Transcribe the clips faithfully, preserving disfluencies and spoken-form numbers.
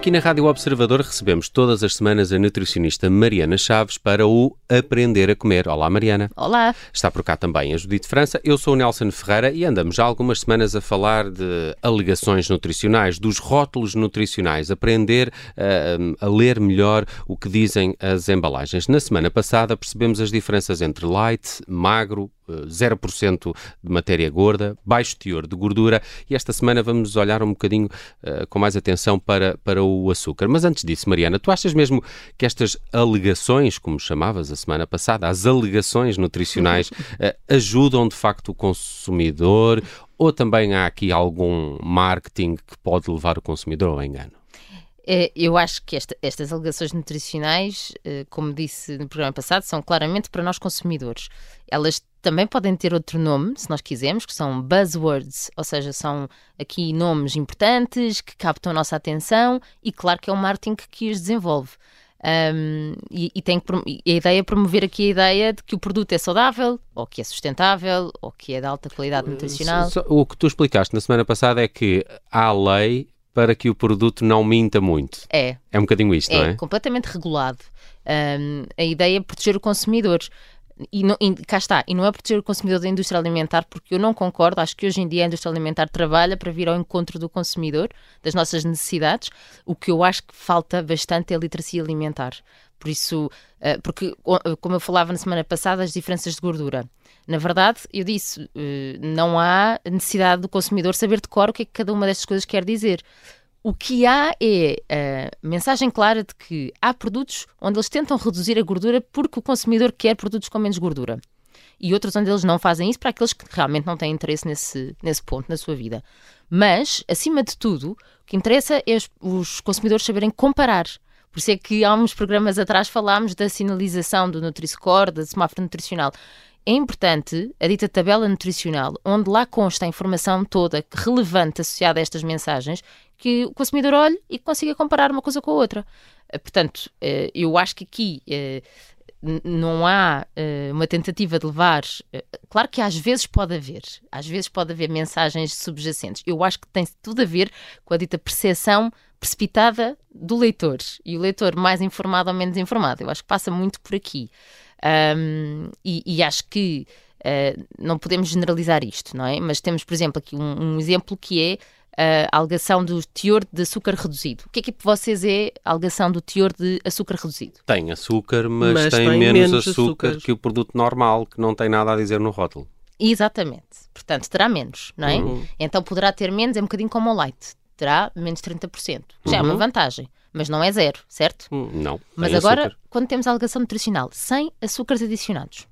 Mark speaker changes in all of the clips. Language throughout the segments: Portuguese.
Speaker 1: Aqui na Rádio Observador recebemos todas as semanas a nutricionista Mariana Chaves para o Aprender a Comer. Olá, Mariana.
Speaker 2: Olá.
Speaker 1: Está por cá também a Judite França. Eu sou o Nelson Ferreira e andamos já há algumas semanas a falar de alegações nutricionais, dos rótulos nutricionais, aprender uh, a ler melhor o que dizem as embalagens. Na semana passada percebemos as diferenças entre light, magro, zero por cento de matéria gorda, baixo teor de gordura, e esta semana vamos olhar um bocadinho uh, com mais atenção para, para o açúcar. Mas antes disso, Mariana, tu achas mesmo que estas alegações, como chamavas a semana passada, as alegações nutricionais, uh, ajudam de facto o consumidor, ou também há aqui algum marketing que pode levar o consumidor ao engano?
Speaker 2: Eu acho que esta, estas alegações nutricionais, como disse no programa passado, são claramente para nós consumidores. Elas também podem ter outro nome, se nós quisermos, que são buzzwords, ou seja, são aqui nomes importantes que captam a nossa atenção e claro que é o marketing que os desenvolve. Um, e, e, tem que, e a ideia é promover aqui a ideia de que o produto é saudável, ou que é sustentável, ou que é de alta qualidade nutricional.
Speaker 1: O que tu explicaste na semana passada é que há lei para que o produto não minta muito.
Speaker 2: É.
Speaker 1: É um bocadinho isto,
Speaker 2: é,
Speaker 1: não é?
Speaker 2: É, completamente regulado. Um, a ideia é proteger o consumidor. E, não, e cá está, e não é proteger o consumidor da indústria alimentar, porque eu não concordo. Acho que hoje em dia a indústria alimentar trabalha para vir ao encontro do consumidor, das nossas necessidades. O que eu acho que falta bastante é a literacia alimentar. Por isso, uh, porque, como eu falava na semana passada, as diferenças de gordura. Na verdade, eu disse, uh, não há necessidade do consumidor saber de cor o que é que cada uma destas coisas quer dizer. O que há é a mensagem clara de que há produtos onde eles tentam reduzir a gordura porque o consumidor quer produtos com menos gordura. E outros onde eles não fazem isso para aqueles que realmente não têm interesse nesse, nesse ponto na sua vida. Mas, acima de tudo, o que interessa é os, os consumidores saberem comparar. Por isso é que há uns programas atrás falámos da sinalização do Nutri-Score, da semáforo nutricional. É importante a dita tabela nutricional, onde lá consta a informação toda relevante associada a estas mensagens, que o consumidor olhe e consiga comparar uma coisa com a outra. Portanto, eu acho que aqui não há uma tentativa de levar... Claro que às vezes pode haver, às vezes pode haver mensagens subjacentes. Eu acho que tem tudo a ver com a dita percepção precipitada do leitor. E o leitor mais informado ou menos informado. Eu acho que passa muito por aqui. Um, e, e acho que uh, não podemos generalizar isto, não é? Mas temos, por exemplo, aqui um, um exemplo que é uh, a alegação do teor de açúcar reduzido. O que é que para vocês é a alegação do teor de açúcar reduzido?
Speaker 1: Tem açúcar, mas,
Speaker 3: mas
Speaker 1: tem,
Speaker 3: tem
Speaker 1: menos,
Speaker 3: menos
Speaker 1: açúcar,
Speaker 3: açúcar
Speaker 1: que o produto normal, que não tem nada a dizer no rótulo.
Speaker 2: Exatamente. Portanto, terá menos, não é?
Speaker 1: Uhum.
Speaker 2: Então poderá ter menos, é um bocadinho como o light. Terá menos trinta por cento. Já
Speaker 1: Uhum.
Speaker 2: é uma vantagem. Mas não é zero, certo?
Speaker 1: Não.
Speaker 2: Mas
Speaker 1: tem
Speaker 2: agora,
Speaker 1: açúcar.
Speaker 2: quando temos a alegação nutricional sem açúcares adicionados.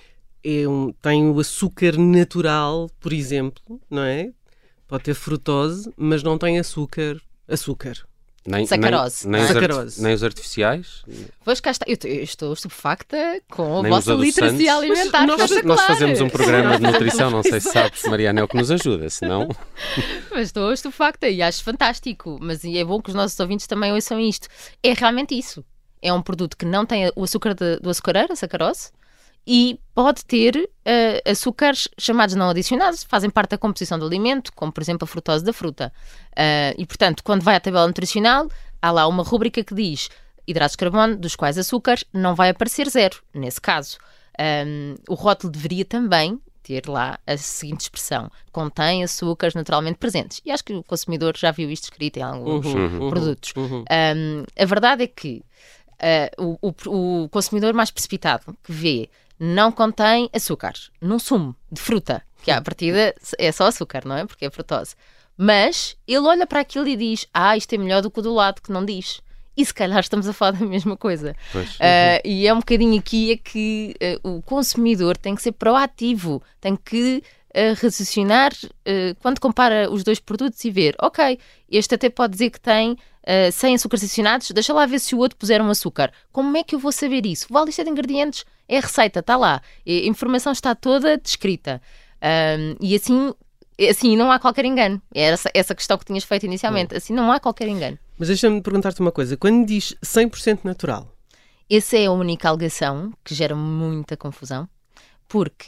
Speaker 3: é um, tem o açúcar natural, por exemplo, não é? Pode ter frutose, mas não tem açúcar. Açúcar.
Speaker 1: Nem,
Speaker 2: Sacarose,
Speaker 1: Nem, nem,
Speaker 2: não é?
Speaker 1: os
Speaker 3: Sacarose.
Speaker 1: arti- nem os artificiais.
Speaker 2: Pois cá está. Eu, eu estou estupefacta com a
Speaker 1: Nem os
Speaker 2: vossa
Speaker 1: adoçantes.
Speaker 2: literacia alimentar.
Speaker 3: Mas
Speaker 1: Nós,
Speaker 2: espetacular.
Speaker 1: nós fazemos um programa de
Speaker 3: Nós
Speaker 1: nutrição, não sei se
Speaker 2: Exato.
Speaker 1: sabes, Mariana, é o que nos ajuda, senão...
Speaker 2: Mas estou estupefacta e acho fantástico. Mas é bom que os nossos ouvintes também ouçam isto. É realmente isso. É um produto que não tem o açúcar de, do açucareiro, a sacarose, e pode ter uh, açúcares chamados não adicionados, fazem parte da composição do alimento, como por exemplo a frutose da fruta. Uh, e portanto, quando vai à tabela nutricional, há lá uma rúbrica que diz hidratos de carbono, dos quais açúcares, não vai aparecer zero, nesse caso. Um, o rótulo deveria também ter lá a seguinte expressão: contém açúcares naturalmente presentes. E acho que o consumidor já viu isto escrito em alguns
Speaker 3: Uhum,
Speaker 2: produtos.
Speaker 3: uhum.
Speaker 2: Um, a verdade é que uh, o, o, o consumidor mais precipitado que vê não contém açúcar num sumo de fruta, que à partida é só açúcar, não é? Porque é frutose. Mas ele olha para aquilo e diz: ah, isto é melhor do que o do lado que não diz. E se calhar estamos a falar da mesma coisa.
Speaker 1: Pois.
Speaker 2: Uh, e é um bocadinho aqui é que uh, o consumidor tem que ser proativo, tem que uh, raciocinar uh, quando compara os dois produtos e ver, ok, este até pode dizer que tem uh, cem açúcares adicionados, deixa lá ver se o outro puser um açúcar. Como é que eu vou saber isso? Vou à lista de ingredientes, é a receita, está lá. A informação está toda descrita. Um, e assim... Assim, não há qualquer engano. É essa, essa questão que tinhas feito inicialmente. Assim, não há qualquer engano.
Speaker 3: Mas deixa-me perguntar-te uma coisa. Quando diz cem por cento natural?
Speaker 2: Essa é a única alegação que gera muita confusão, porque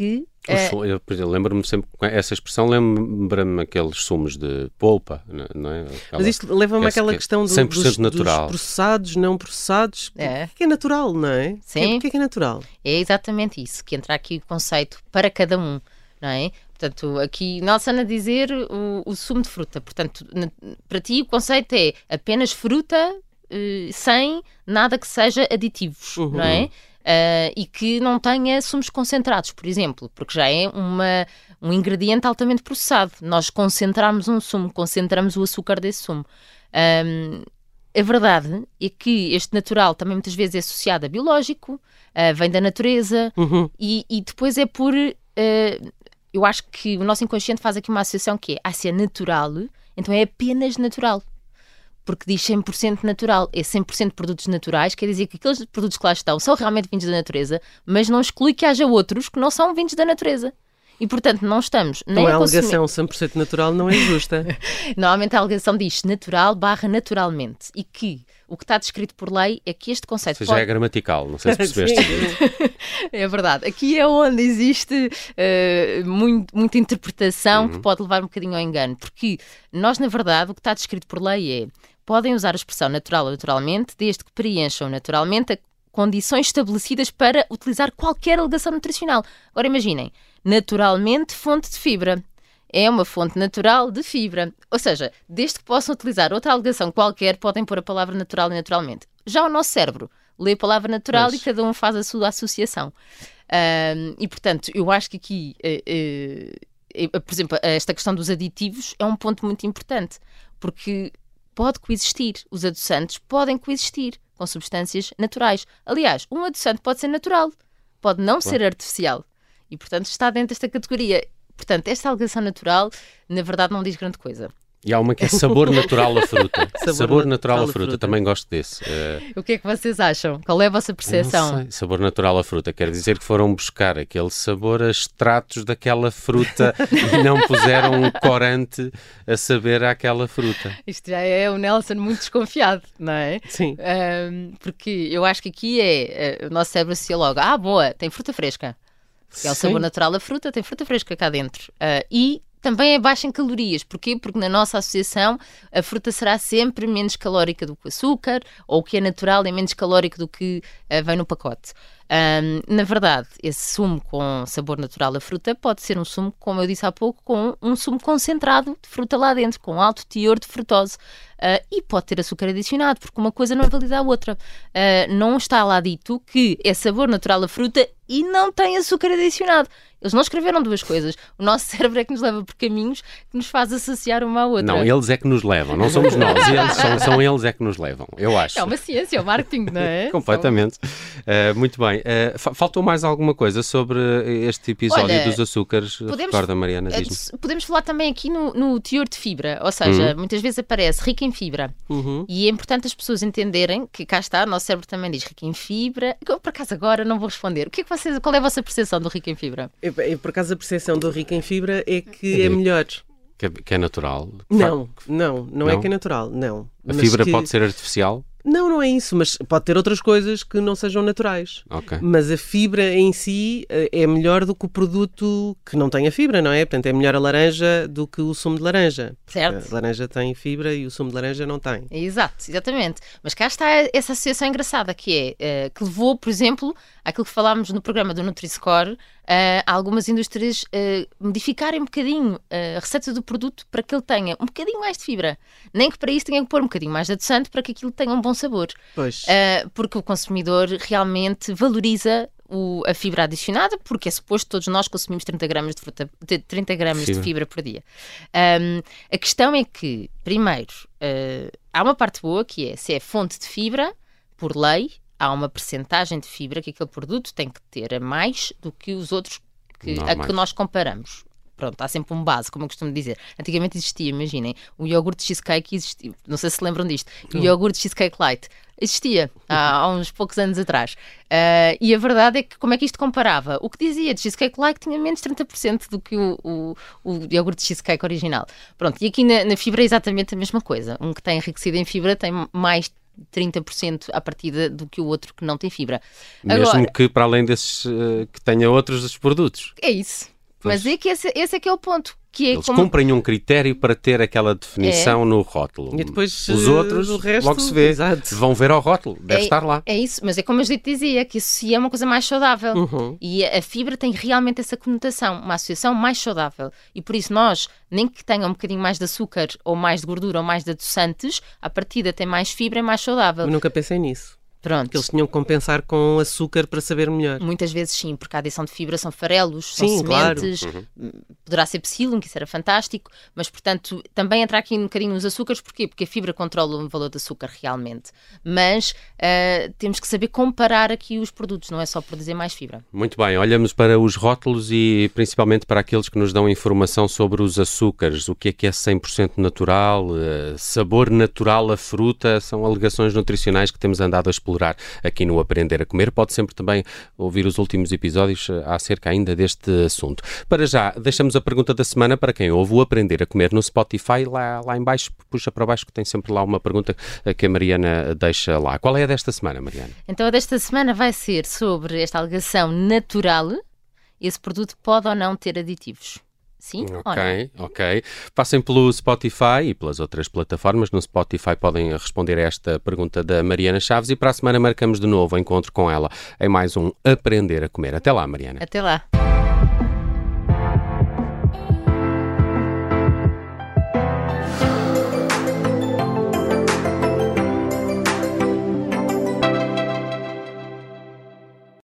Speaker 1: Uh, eu, por exemplo, lembro-me sempre, essa expressão lembra-me aqueles sumos de polpa, não é? Aquela,
Speaker 3: mas isto leva-me àquela questão do,
Speaker 1: cem por cento
Speaker 3: dos,
Speaker 1: natural.
Speaker 3: dos processados, não processados.
Speaker 2: É.
Speaker 3: O que é natural, não é?
Speaker 2: Sim.
Speaker 3: O que é que é natural?
Speaker 2: É exatamente isso, que entra aqui o conceito para cada um, não é? Portanto, aqui Nelson a dizer o, o sumo de fruta. Portanto, na, para ti o conceito é apenas fruta eh, sem nada que seja aditivos,
Speaker 3: Uhum.
Speaker 2: não é? Uh, e que não tenha sumos concentrados, por exemplo, porque já é uma, um ingrediente altamente processado. Nós concentramos um sumo, concentramos o açúcar desse sumo. Um, a verdade é que este natural também muitas vezes é associado a biológico, uh, vem da natureza,
Speaker 3: Uhum.
Speaker 2: e, e depois é por... Uh, eu acho que o nosso inconsciente faz aqui uma associação que é, ah, se é natural, então é apenas natural. Porque diz cem por cento natural, é cem por cento produtos naturais, quer dizer que aqueles produtos que lá estão são realmente vindos da natureza, mas não exclui que haja outros que não são vindos da natureza. E, portanto, não estamos nem
Speaker 3: Então a
Speaker 2: a consumir...
Speaker 3: alegação cem por cento natural não é justa.
Speaker 2: Normalmente a alegação diz natural barra naturalmente, e que o que está descrito por lei é que este conceito...
Speaker 1: Ou seja,
Speaker 2: pode...
Speaker 1: é gramatical, não sei se percebeste.
Speaker 2: É verdade. Aqui é onde existe uh, muito, muita interpretação, uhum, que pode levar um bocadinho ao engano, porque nós, na verdade, o que está descrito por lei é: podem usar a expressão natural ou naturalmente, desde que preencham naturalmente a condições estabelecidas para utilizar qualquer alegação nutricional. Agora imaginem, naturalmente fonte de fibra. É uma fonte natural de fibra. Ou seja, desde que possam utilizar outra alegação qualquer, podem pôr a palavra natural e naturalmente. Já o nosso cérebro lê a palavra natural, mas... e cada um faz a sua associação. Um, e, portanto, eu acho que aqui, uh, uh, por exemplo, esta questão dos aditivos é um ponto muito importante, porque pode coexistir. Os adoçantes podem coexistir com substâncias naturais. Aliás, um adoçante pode ser natural, pode não claro. ser artificial. E, portanto, está dentro desta categoria. Portanto, esta alegação natural, na verdade, não diz grande coisa.
Speaker 1: E há uma que é sabor natural à fruta. sabor, sabor natural à fruta. fruta, também gosto desse.
Speaker 2: Uh... O que é que vocês acham? Qual é a vossa percepção?
Speaker 1: Não sei. Sabor natural à fruta quer dizer que foram buscar aquele sabor a extratos daquela fruta e não puseram um corante a saber àquela fruta.
Speaker 2: Isto já é o Nelson muito desconfiado, não é?
Speaker 3: Sim.
Speaker 2: Um, porque eu acho que aqui é, uh, o nosso cérebro associa logo, ah, boa, tem fruta fresca. Porque é o sabor natural da fruta, tem fruta fresca cá dentro. Uh, e também é baixa em calorias. Porquê? Porque na nossa associação a fruta será sempre menos calórica do que o açúcar, ou o que é natural é menos calórico do que uh, vem no pacote. Um, na verdade, esse sumo com sabor natural da fruta pode ser um sumo, como eu disse há pouco, com um sumo concentrado de fruta lá dentro, com alto teor de frutose. Uh, e pode ter açúcar adicionado, porque uma coisa não invalida a outra. Uh, não está lá dito que é sabor natural da fruta e não tem açúcar adicionado. Eles não escreveram duas coisas. O nosso cérebro é que nos leva por caminhos que nos faz associar uma à outra.
Speaker 1: Não, eles é que nos levam, não somos nós. Eles são, são eles é que nos levam, eu acho.
Speaker 2: É uma ciência, é o marketing, não é?
Speaker 1: Completamente. Uh, muito bem. Uh, faltou mais alguma coisa sobre este episódio Olha, dos açúcares? Podemos, Recorda, Mariana, diz-me.
Speaker 2: Podemos falar também aqui no, no teor de fibra. Ou seja, uhum. muitas vezes aparece rico em fibra.
Speaker 3: Uhum.
Speaker 2: E é importante as pessoas entenderem que cá está, o nosso cérebro também diz rico em fibra. Eu, por acaso agora não vou responder. O que é que vocês, qual é a vossa percepção do rico em fibra?
Speaker 3: Eu, eu, por acaso a percepção do rico em fibra é que é, é melhor.
Speaker 1: Que é, que é natural?
Speaker 3: Não, não, não, não é que é natural, não.
Speaker 1: A fibra que... pode ser artificial?
Speaker 3: Não, não é isso, mas pode ter outras coisas que não sejam naturais.
Speaker 1: Okay.
Speaker 3: Mas a fibra em si é melhor do que o produto que não tem a fibra, não é? Portanto, é melhor a laranja do que o sumo de laranja.
Speaker 2: Certo.
Speaker 3: A laranja tem fibra e o sumo de laranja não tem.
Speaker 2: Exato, exatamente. Mas cá está essa associação engraçada que é, uh, que levou, por exemplo, àquilo que falámos no programa do Nutri-Score, Uh, algumas indústrias uh, modificarem um bocadinho uh, a receita do produto para que ele tenha um bocadinho mais de fibra. Nem que para isso tenha que pôr um bocadinho mais de adoçante para que aquilo tenha um bom sabor.
Speaker 3: Pois.
Speaker 2: Uh, porque o consumidor realmente valoriza o, a fibra adicionada, porque é suposto todos nós consumimos trinta gramas de, fruta, de, trinta gramas fibra. de fibra por dia. Um, a questão é que, primeiro, uh, há uma parte boa que é, se é fonte de fibra, por lei, há uma percentagem de fibra que aquele produto tem que ter a mais do que os outros que, a que nós comparamos. Pronto, há sempre um base, como eu costumo dizer. Antigamente existia, imaginem, o iogurte cheesecake existia, não sei se lembram disto, o iogurte cheesecake light existia há, há uns poucos anos atrás. Uh, e a verdade é que como é que isto comparava? O que dizia de cheesecake light tinha menos trinta por cento do que o, o, o iogurte cheesecake original. Pronto, e aqui na, na fibra é exatamente a mesma coisa. Um que tem enriquecido em fibra tem mais trinta por cento à partida do que o outro que não tem fibra.
Speaker 1: Mesmo
Speaker 2: Agora,
Speaker 1: que para além desses uh, que tenha outros dos produtos.
Speaker 2: É isso. Mas é que esse, esse é que é o ponto. Que é
Speaker 1: Eles
Speaker 2: como...
Speaker 1: cumprem um critério para ter aquela definição é. no rótulo.
Speaker 3: E depois
Speaker 1: os outros,
Speaker 3: o resto,
Speaker 1: logo se vê,
Speaker 3: exato.
Speaker 1: vão ver ao rótulo, deve
Speaker 2: é,
Speaker 1: estar lá.
Speaker 2: É isso, mas é como a gente dizia, que isso sim é uma coisa mais saudável.
Speaker 3: Uhum.
Speaker 2: E a fibra tem realmente essa conotação, uma associação mais saudável. E por isso nós, nem que tenha um bocadinho mais de açúcar, ou mais de gordura, ou mais de adoçantes, a partida tem mais fibra e mais saudável.
Speaker 3: Eu nunca pensei nisso.
Speaker 2: Pronto.
Speaker 3: Que eles tinham que compensar com açúcar para saber melhor.
Speaker 2: Muitas vezes sim, porque a adição de fibra são farelos,
Speaker 3: sim,
Speaker 2: são
Speaker 3: claro.
Speaker 2: sementes,
Speaker 1: uhum.
Speaker 2: poderá ser psilum, que isso era fantástico, mas portanto também entra aqui um bocadinho nos açúcares, porquê? Porque a fibra controla o valor de açúcar realmente, mas uh, temos que saber comparar aqui os produtos, não é só por dizer mais fibra.
Speaker 1: Muito bem, olhamos para os rótulos e principalmente para aqueles que nos dão informação sobre os açúcares, o que é que é cem por cento natural, uh, sabor natural à fruta, são alegações nutricionais que temos andado a explorar aqui no Aprender a Comer. Pode sempre também ouvir os últimos episódios acerca ainda deste assunto. Para já, deixamos a pergunta da semana para quem ouve o Aprender a Comer no Spotify. Lá, lá em baixo, puxa para baixo, que tem sempre lá uma pergunta que a Mariana deixa lá. Qual é a desta semana, Mariana?
Speaker 2: Então a desta semana vai ser sobre esta alegação natural. Esse produto pode ou não ter aditivos? Sim,
Speaker 1: ok, ok. Passem pelo Spotify e pelas outras plataformas. No Spotify podem responder a esta pergunta da Mariana Chaves e para a semana marcamos de novo o encontro com ela em mais um Aprender a Comer. Até lá, Mariana.
Speaker 2: Até lá.